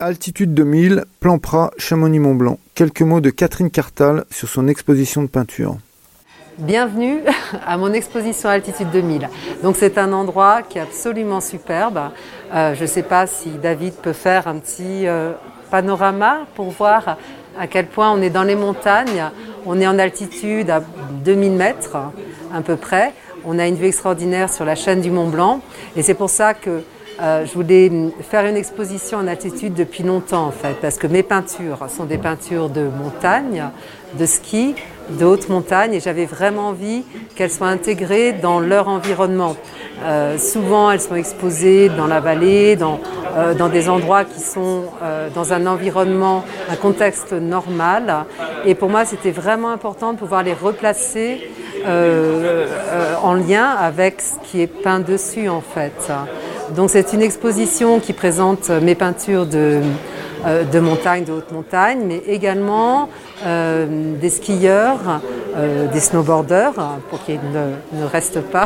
Altitude 2000, Plan Prat, Chamonix-Mont-Blanc. Quelques mots de Catherine Cartal sur son exposition de peinture. Bienvenue à mon exposition Altitude 2000. Donc c'est un endroit qui est absolument superbe. Je ne sais pas si David peut faire un petit panorama pour voir à quel point on est dans les montagnes. On est en altitude à 2000 mètres à peu près. On a une vue extraordinaire sur la chaîne du Mont Blanc. Et c'est pour ça que je voulais faire une exposition en altitude depuis longtemps en fait, parce que mes peintures sont des peintures de montagne, de ski, de haute montagne, et j'avais vraiment envie qu'elles soient intégrées dans leur environnement. Souvent, elles sont exposées dans la vallée, dans des endroits qui sont dans un environnement, un contexte normal. Et pour moi, c'était vraiment important de pouvoir les replacer en lien avec ce qui est peint dessus en fait. Donc c'est une exposition qui présente mes peintures de montagne, de haute montagne, mais également des skieurs, des snowboarders, pour qu'ils ne restent pas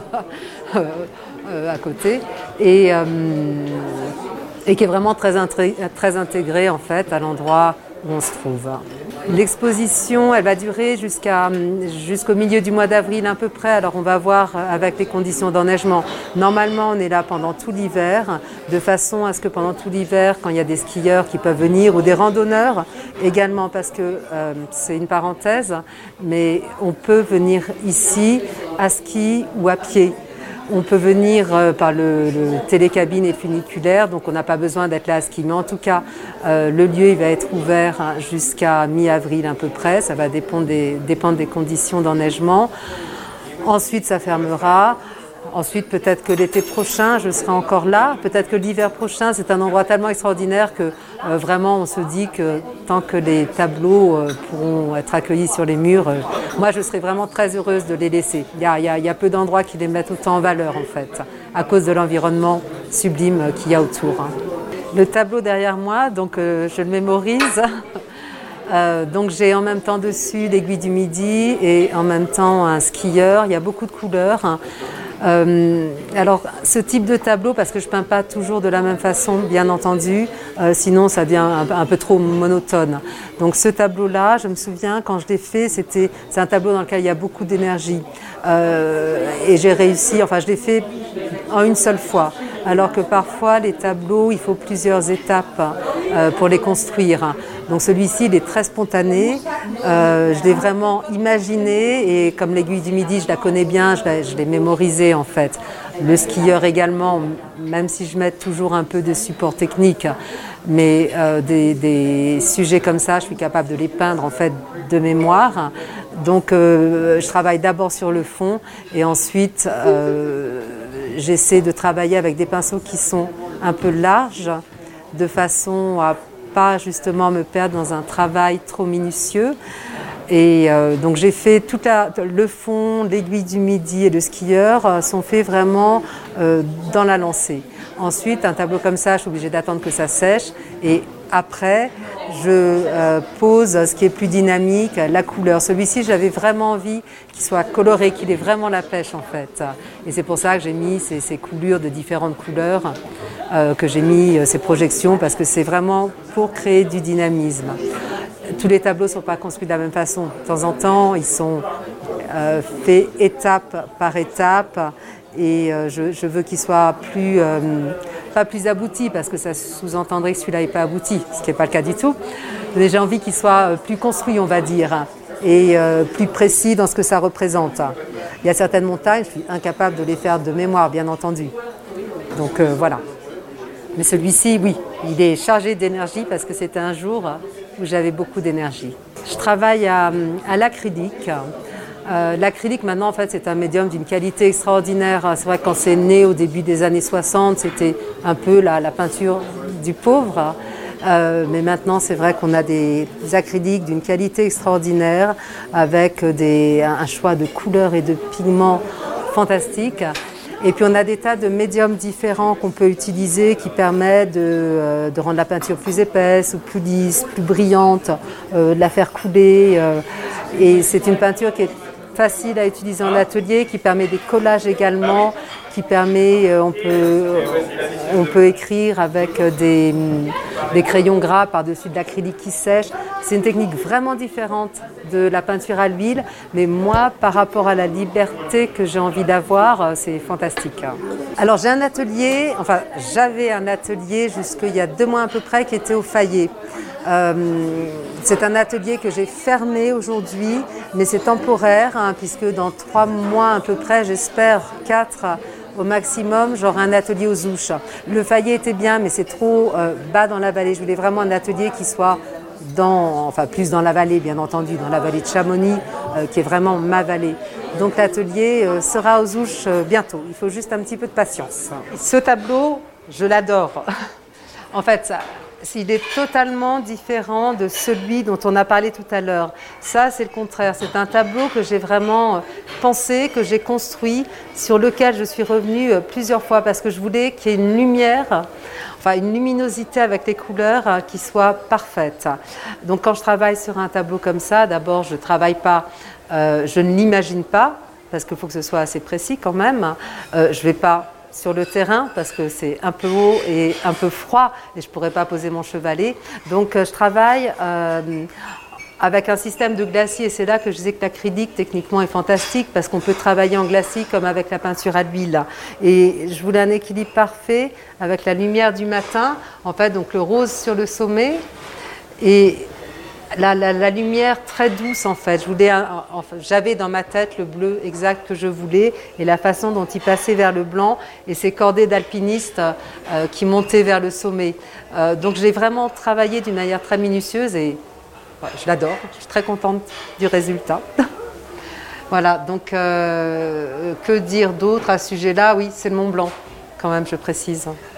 à côté, et qui est vraiment très intégré en fait à l'endroit où on se trouve. L'exposition, elle va durer jusqu'au milieu du mois d'avril à peu près. Alors on va voir avec les conditions d'enneigement. Normalement, on est là pendant tout l'hiver, de façon à ce que pendant tout l'hiver, quand il y a des skieurs qui peuvent venir, ou des randonneurs également, parce que c'est une parenthèse, mais on peut venir ici à ski ou à pied. On peut venir par le télécabine et funiculaire, donc on n'a pas besoin d'être là à ski. Mais en tout cas, le lieu il va être ouvert jusqu'à mi-avril à peu près. Ça va dépendre des conditions d'enneigement. Ensuite, ça fermera. Ensuite, peut-être que l'été prochain, je serai encore là. Peut-être que l'hiver prochain, c'est un endroit tellement extraordinaire que vraiment, on se dit que tant que les tableaux pourront être accueillis sur les murs, moi, je serai vraiment très heureuse de les laisser. Il y a peu d'endroits qui les mettent autant en valeur, en fait, à cause de l'environnement sublime qu'il y a autour. Le tableau derrière moi, donc je le mémorise. Donc j'ai en même temps dessus l'aiguille du Midi et en même temps un skieur. Il y a beaucoup de couleurs. Alors ce type de tableau, parce que je ne peins pas toujours de la même façon, bien entendu, sinon ça devient un peu trop monotone. Donc ce tableau-là, je me souviens quand je l'ai fait, c'est un tableau dans lequel il y a beaucoup d'énergie. Et j'ai réussi, enfin je l'ai fait en une seule fois. Alors que parfois les tableaux, il faut plusieurs étapes pour les construire. Donc celui-ci, il est très spontané. Je l'ai vraiment imaginé et comme l'aiguille du Midi, je la connais bien, je l'ai mémorisé en fait. Le skieur également, même si je mets toujours un peu de support technique, mais des sujets comme ça, je suis capable de les peindre en fait de mémoire. Donc je travaille d'abord sur le fond et ensuite j'essaie de travailler avec des pinceaux qui sont un peu larges de façon à pas justement me perdre dans un travail trop minutieux. Et donc j'ai fait le fond, l'aiguille du Midi et le skieur sont faits vraiment dans la lancée. Ensuite, un tableau comme ça, je suis obligée d'attendre que ça sèche et après, je pose ce qui est plus dynamique, la couleur. Celui-ci, j'avais vraiment envie qu'il soit coloré, qu'il ait vraiment la pêche en fait. Et c'est pour ça que j'ai mis ces coulures de différentes couleurs, que j'ai mis ces projections, parce que c'est vraiment pour créer du dynamisme. Tous les tableaux ne sont pas construits de la même façon. De temps en temps, ils sont faits étape par étape et je veux qu'ils soient pas plus aboutis, parce que ça sous-entendrait que celui-là n'est pas abouti, ce qui n'est pas le cas du tout. Mais j'ai envie qu'il soit plus construit, on va dire, et plus précis dans ce que ça représente. Il y a certaines montagnes, je suis incapable de les faire de mémoire, bien entendu. Donc voilà. Mais celui-ci, oui, il est chargé d'énergie parce que c'était un jour où j'avais beaucoup d'énergie. Je travaille à l'acrylique. L'acrylique, maintenant, en fait, c'est un médium d'une qualité extraordinaire. C'est vrai que quand c'est né au début des années 60, c'était un peu la peinture du pauvre. Mais maintenant, c'est vrai qu'on a des acryliques d'une qualité extraordinaire avec un choix de couleurs et de pigments fantastiques. Et puis on a des tas de médiums différents qu'on peut utiliser qui permettent de rendre la peinture plus épaisse ou plus lisse, plus brillante, de la faire couler. Et c'est une peinture qui est facile à utiliser en atelier, qui permet des collages également, qui permet, on peut écrire avec des crayons gras par-dessus de l'acrylique qui sèche. C'est une technique vraiment différente de la peinture à l'huile, mais moi, par rapport à la liberté que j'ai envie d'avoir, c'est fantastique. Alors j'avais un atelier jusqu'il y a 2 mois à peu près qui était au Fayet. C'est un atelier que j'ai fermé aujourd'hui, mais c'est temporaire, puisque dans 3 mois à peu près, j'espère 4 au maximum, j'aurai un atelier aux Ouches. Le Fayet était bien, mais c'est trop bas dans la vallée. Je voulais vraiment un atelier qui soit plus dans la vallée, bien entendu, dans la vallée de Chamonix, qui est vraiment ma vallée. Donc l'atelier sera aux Ouches bientôt. Il faut juste un petit peu de patience. Ce tableau, je l'adore. En fait, il est totalement différent de celui dont on a parlé tout à l'heure. Ça, c'est le contraire. C'est un tableau que j'ai vraiment pensé, que j'ai construit, sur lequel je suis revenue plusieurs fois parce que je voulais qu'il y ait une lumière, une luminosité avec les couleurs qui soit parfaite. Donc quand je travaille sur un tableau comme ça, d'abord, je ne l'imagine pas parce qu'il faut que ce soit assez précis quand même. Je ne vais pas sur le terrain parce que c'est un peu haut et un peu froid et je ne pourrais pas poser mon chevalet. Donc je travaille avec un système de glacis et c'est là que je disais que l'acrylique techniquement est fantastique parce qu'on peut travailler en glacis comme avec la peinture à l'huile. Et je voulais un équilibre parfait avec la lumière du matin, donc le rose sur le sommet et la lumière très douce en fait. J'avais dans ma tête le bleu exact que je voulais et la façon dont il passait vers le blanc et ces cordées d'alpinistes qui montaient vers le sommet. Donc j'ai vraiment travaillé d'une manière très minutieuse et je l'adore. Je suis très contente du résultat. Voilà, donc que dire d'autre à ce sujet-là? Oui, c'est le Mont Blanc quand même, je précise.